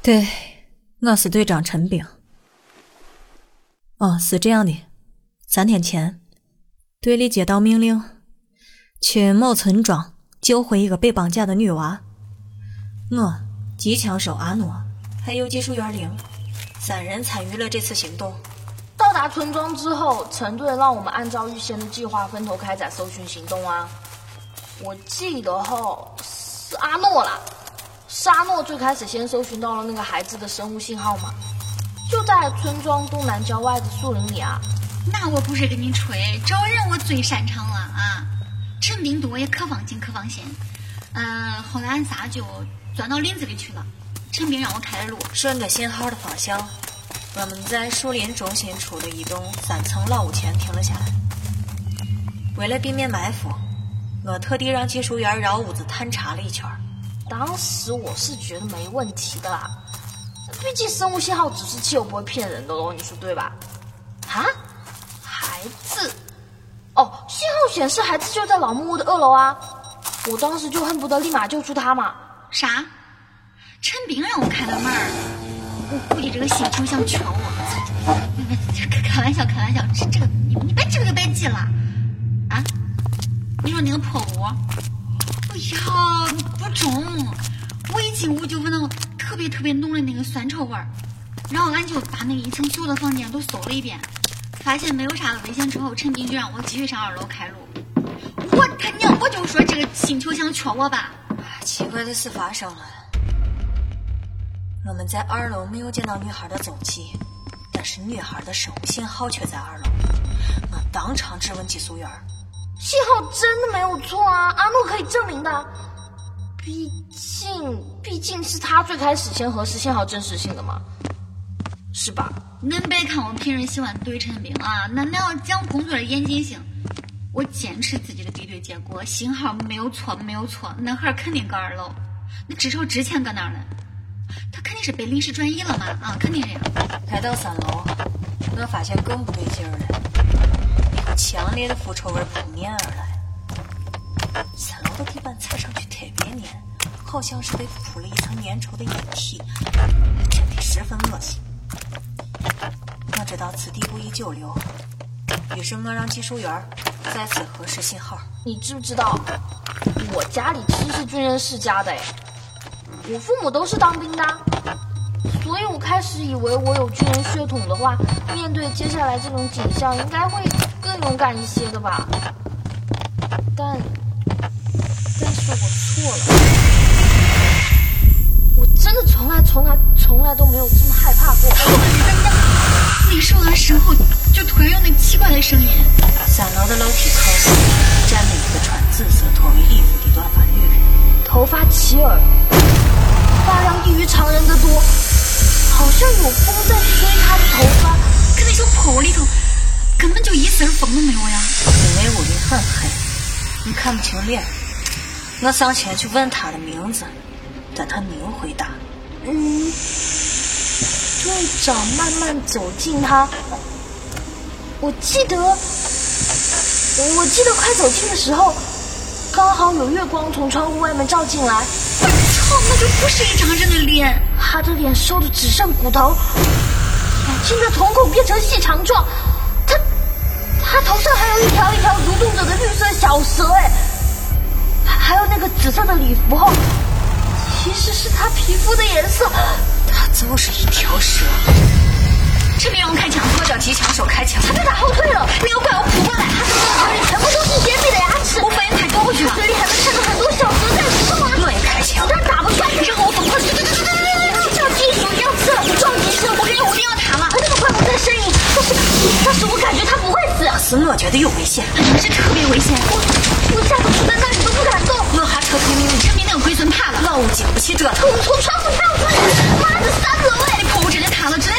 对，我是队长陈炳。是这样的，3天前，队里接到命令，去某村庄救回一个被绑架的女娃。我、机枪手阿诺，还有技术员玲，3人参与了这次行动。 到达村庄之后，陈队让我们按照预先的计划分头开展搜寻行动啊。我记得是阿诺啦，是阿诺最开始先搜寻到了那个孩子的生物信号嘛，就在村庄东南郊外的树林里啊。 那我不是跟你吹，找人我最擅长了啊！陈炳多也可放心可放心。后来俺仨就钻到林子里去了，陈炳让我开了路， 顺着信号的方向，我们在树林中心处的一栋3层老屋前停了下来。为了避免埋伏，我特地让技术员绕屋子探查了一圈。 当时我是觉得没问题的啦，毕竟生物信号指示器又不会骗人的咯，你说对吧？啊，孩子，信号显示孩子就在老木屋的2楼啊！我当时就恨不得立马救出他嘛。 啥？陈炳让我开的门，我估计这个星球想缺我。开玩笑，这个你别这个别急了啊！你说那个破屋，哎呀不中！我一进屋就闻到特别浓的那个酸臭味儿，然后俺就把那1层所有的房间都搜了一遍，发现没有啥危险之后，陈炳就让我继续上2楼开路。我他娘，我就说这个星球想缺我吧。 奇怪的事发生了，我们在2楼没有见到女孩的踪迹，但是女孩的生物信号却在2楼。我当场质问技术员， 信号真的没有错啊，阿诺可以证明的。毕竟是他最开始先核实信号真实性的嘛，是吧？ 恁别看我平时喜欢怼陈炳啊，那要讲工作的严谨性，我坚持自己的比对结果，信号没有错，那孩肯定搁2楼，那至少之前搁那儿呢，他肯定是被临时转移了嘛，肯定这样。 来到3楼，我发现更不对劲儿了，一股强烈的腐臭味扑面而来。3楼的地板踩上去特别黏，好像是被铺了一层粘稠的液体，真的十分恶心。我知道此地不宜久留，于是我让技术员再次核实信号。 你知不知道，我家里其实是军人世家的我父母都是当兵的，所以我开始以为我有军人血统的话，面对接下来这种景象应该会更勇敢一些的吧。但是我错了，我真的从来都没有这么害怕过。 那时候俺身后就突然有那奇怪的声音。 3楼的楼梯口站了一个穿紫色拖尾衣服的短发女人， 头发齐耳，发量异于常人的多，好像有风在吹她的头发。 可那小破屋里头根本就一丝风都没有呀。 因为屋里很黑，你看不清脸。我上前去问她的名字，但她没有回答。 队长慢慢走近她，我记得快走近的时候，刚好有月光从窗户外面照进来。 我操，那就不是一张人的脸， 她的脸瘦得只剩骨头，眼睛的瞳孔变成细长状，她头上还有一条一条蠕动着的绿色小蛇还有那个紫色的礼服后，其实是她皮肤的颜色。 她就是一条蛇。 陈炳让我开枪， 我叫机枪手开枪， 他被打后退了，那个怪物扑过来，他身上里全部都是尖利的牙齿， 我反应太高过去了， 嘴里还能看到很多小蛇在动啊！ 我也开枪， 但打不穿， 然后我疯狂像金属一样刺了，撞击声， 我定要他了。 那个怪物在呻吟，但是我感觉他不会死。 是我觉得有危险， 是特别危险。 我吓得我在那里都不敢动。 我还撤退命令， 陈炳那个龟孙怕了， 老屋经不起折腾。 我从窗户跳出来，妈的3楼那破屋真的塌了。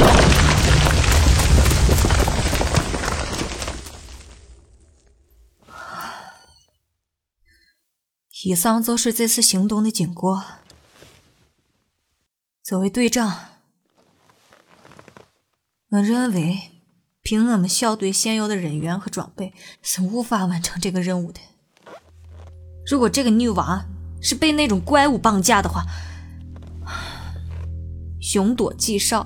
以上就是这次行动的经过。作为队长，我认为凭我们小队现有的人员和装备是无法完成这个任务的。如果这个女娃是被那种怪物绑架的话， 凶多吉少。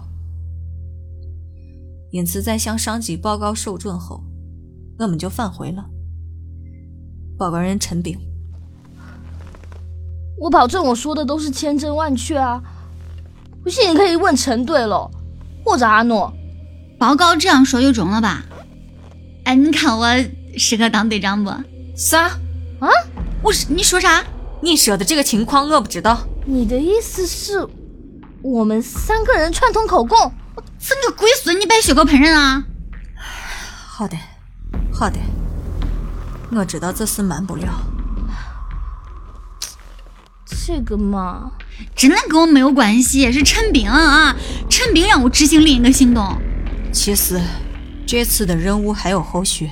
因此在向上级报告受准后，我们就返回了。报告人陈炳， 我保证我说的都是千真万确啊，不信你可以问陈队了，或者阿诺。 报告这样说就中了吧？哎，你看我适合当队长不？ 啥？ 啊？ 你说啥？ 你说的这个情况我不知道。 你的意思是我们3个人串通口供？ 是你个龟孙，你别血口喷人啊！ 好的，好的，我知道这事瞒不了。 这个嘛， 真的跟我没有关系，是陈炳啊！陈炳让我执行另一个行动。 其实这次的任务还有后续。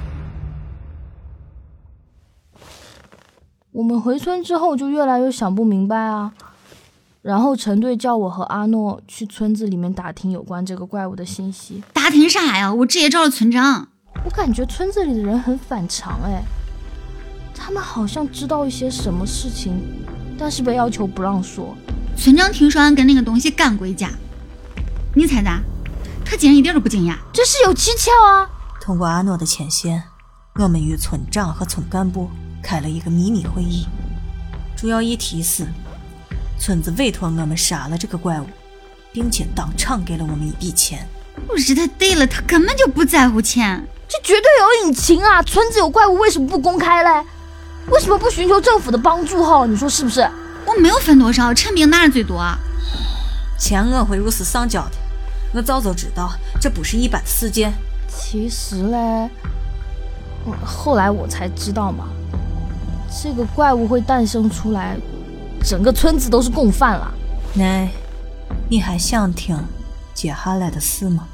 我们回村之后就越来越想不明白啊。然后陈队叫我和阿诺去村子里面打听有关这个怪物的信息。 打听啥呀？我直接找了村长。 我感觉村子里的人很反常哎，他们好像知道一些什么事情，但是被要求不让说。 村长听说俺跟那个东西干过一架，你猜咋？他竟然一点都不惊讶。 这是有蹊跷啊！ 通过阿诺的牵线，我们与村长和村干部开了一个秘密会议，主要议题是村子委托我们杀了这个怪物，并且当场给了我们一笔钱。 我日他对了，他根本就不在乎钱， 这绝对有隐情啊！村子有怪物为什么不公开嘞？为什么不寻求政府的帮助哈？你说是不是？ 我没有分多少，陈炳拿的最多啊。 钱我会如实上交的，我早就知道这不是一般的事件。 其实嘞，后来我才知道嘛，这个怪物会诞生出来，整个村子都是共犯了。 那你还想听接下来的事吗？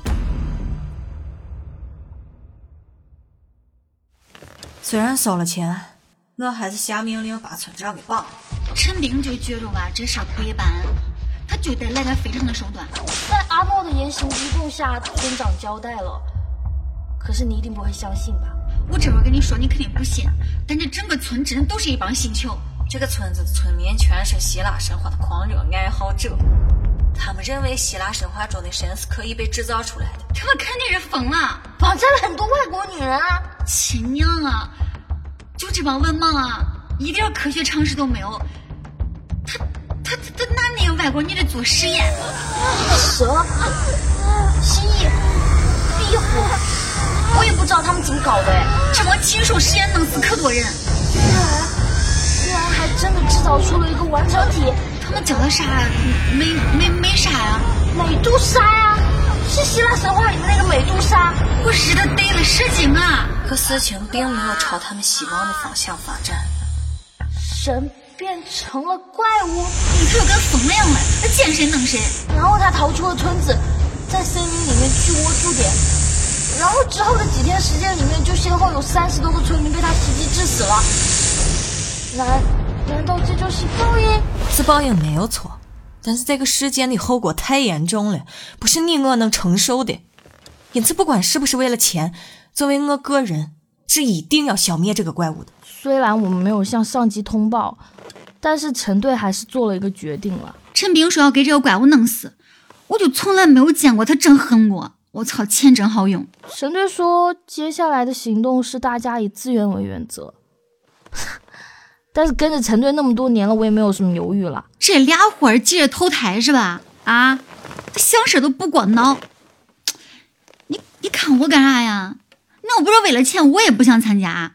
虽然收了钱，我还是下命令把村长给绑了。 陈炳就觉着吧，这事不一般，他就得来点非常的手段。 在阿诺的严刑逼供下，村长交代了，可是你一定不会相信吧？ 我这会儿跟你说，你肯定不信，但这整个村真的都是一帮星球。 这个村子的村民全是希腊神话的狂热爱好者，他们认为希腊神话中的神是可以被制造出来的。 他们肯定是疯了， 绑架了很多外国女人啊！ 亲娘啊，就这帮文盲啊，一点科学常识都没有。他拿那个外国女的做实验， 蛇、蜥蜴、壁虎，我也不知道他们怎么搞的哎。 这帮禽兽实验弄死可多人， 居然还真的制造出了一个完整体。 他们叫的啥？美啥呀？ 美杜莎呀，是希腊神话里的那个美杜莎。 我日他得了蛇精啊！ 可事情并没有朝他们希望的方向发展。 神变成了怪物， 他就跟疯了样了，他见谁弄谁。 然后他逃出了村子，在森林里面去窝驻点。然后之后的几天时间里面，就先后有30多个村民被他袭击致死了。难道这就是报应？ 是报应没有错，但是这个事件的后果太严重了，不是你我能承受的。因此不管是不是为了钱，作为我个人是一定要消灭这个怪物的。 虽然我们没有向上级通报，但是陈队还是做了一个决定了。 陈炳说要给这个怪物弄死，我就从来没有见过他真狠过。我操，钱真好用。 陈队说接下来的行动是大家以资源为原则。但是跟着陈队那么多年了，我也没有什么犹豫了。 这俩伙儿急着投胎是吧？啊，他想事都不过脑。你看我干啥呀？那要不是为了钱，我也不想参加。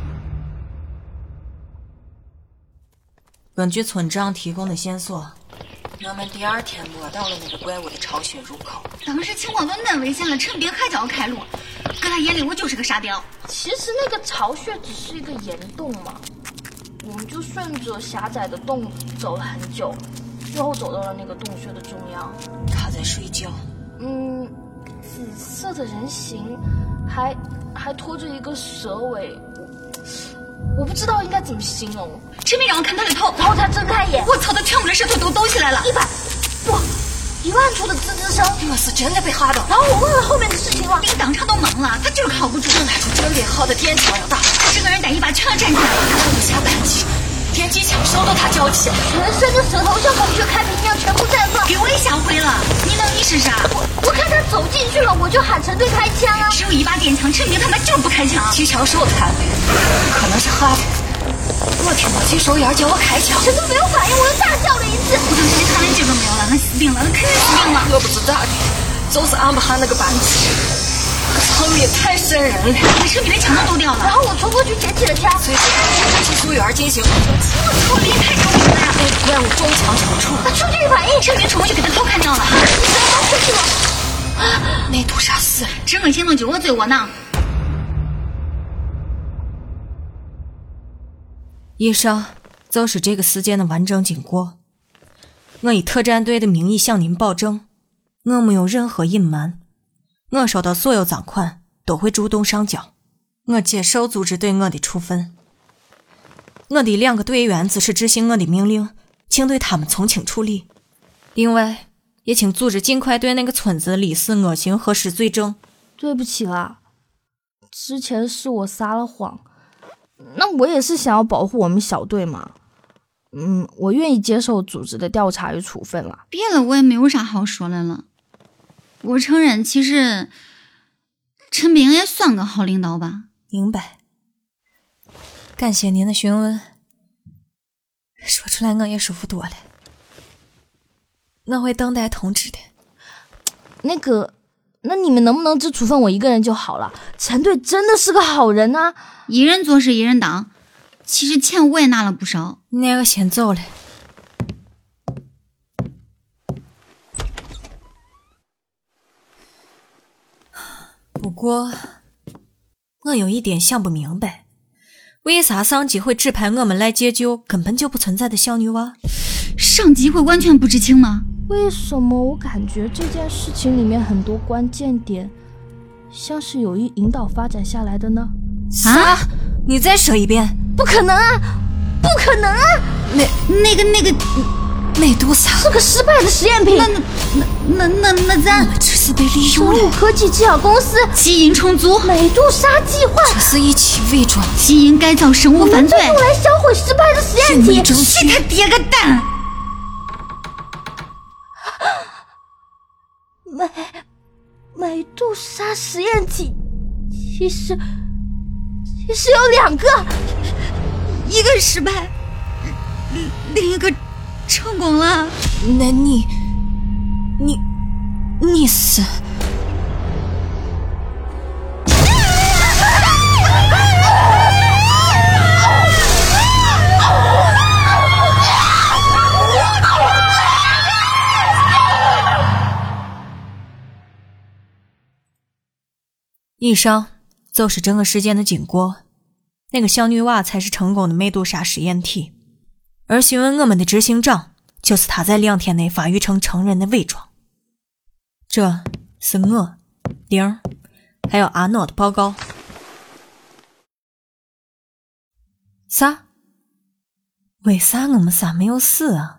根据村长提供的线索，我们第2天摸到了那个怪物的巢穴入口。 当时情况都那危险了，陈炳还叫我开路，搁他眼里我就是个沙雕。 其实那个巢穴只是一个岩洞嘛，我们就顺着狭窄的洞走了很久，最后走到了那个洞穴的中央。 他在睡觉。 紫色的人形，还拖着一个蛇尾，我不知道应该怎么形容。 陈炳让我看他的头， 然后他睁开眼， 我操，他全部的舌头都抖起来了 ，10000处的吱吱声， 我是真的被吓到。 然后我问了后面的事情了， 你当场都懵了，他就是靠不住。 那出真的好的电枪要打， 他整个人带一把全站起来了。 我下扳机， 连技巧手都他教起了， 全身的舌头像孔雀开屏一样全部绽放。 给我也吓坏了，你能力是啥？ 我看他走进去了，我就喊陈队开枪啊！ 只有一把电枪，陈明他妈就是不开枪。 技巧手他的，可能是哈子。我听到举手眼叫我开枪， 陈队没有反应，我又大叫了一次。 我当时看了这个没有了，那死定了，那肯定死定了。 我不知咋的，就是俺们喊那个班级，枪力太瘆人了， 把陈明的枪都掉了。 然后我冲过去捡起了枪， 随时技术员进行。 我操，厉害成明了呀！ 怪物中枪惩处， 他出去反应， 陈明冲过去给他头砍掉了。 你不要帮出去了。 没毒杀死， 整个行动就我最窝囊。 以上就是这个事件的完整经过。我以特战队的名义向您保证，我没有任何隐瞒，我收到所有赃款都会主动上交，我接受组织对我的处分。我的2个队员只是执行我的命令，请对他们从轻处理。另外，也请组织尽快对那个村子立死恶行核实罪证。 对不起啦，之前是我撒了谎，那我也是想要保护我们小队嘛。我愿意接受组织的调查与处分了。 别了，我也没有啥好说的了。我承认，其实陈炳也算个好领导吧。 明白。感谢您的询问，说出来我也舒服多了。我会等待通知的。 那你们能不能只处分我一个人就好了？陈队真的是个好人啊， 一人做事一人当。其实钱我也拿了不少。 那个先走了。不过，我有一点想不明白，为啥上级会指派我们来解救根本就不存在的小女娃？ 上级会完全不知情吗？ 为什么我感觉这件事情里面很多关键点像是有意引导发展下来的呢？ 啥？你再说一遍。 不可能啊，不可能啊！ 那个美杜莎是个失败的实验品。 那咱我们只是被利用生物了。 科技制药公司基因重组， 美杜莎计划， 这是一起伪装， 基因改造生物犯罪， 用来销毁失败的实验隐体。 蔽证据。 去他爹个蛋！ 美杜莎实验体其实有2个， 一个失败，另一个成功了。 那你是？以上就是整个事件的经过。那个小女娃才是成功的美杜莎实验体，而询问我们的执行长就是她在2天内发育成人的伪装。这是我、玲还有阿诺的报告。啥？为啥我们仨没有死啊？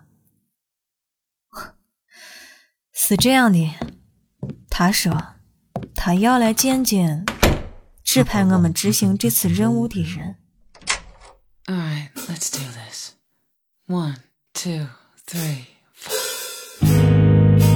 是这样的，他说他要来见见指派我们执行这次任务的人。 Alright, let's do this. 1, 2, 3, 4.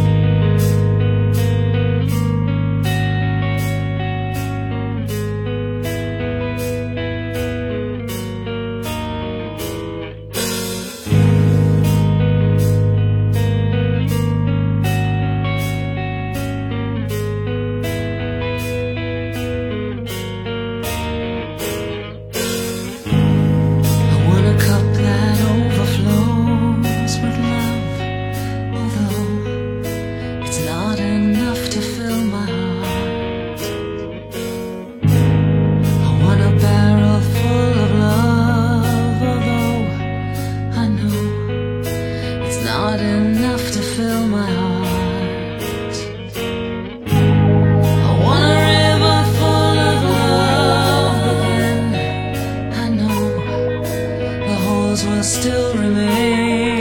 Not enough to fill my heart. I want a river full of love, but then I know the holes will still remain.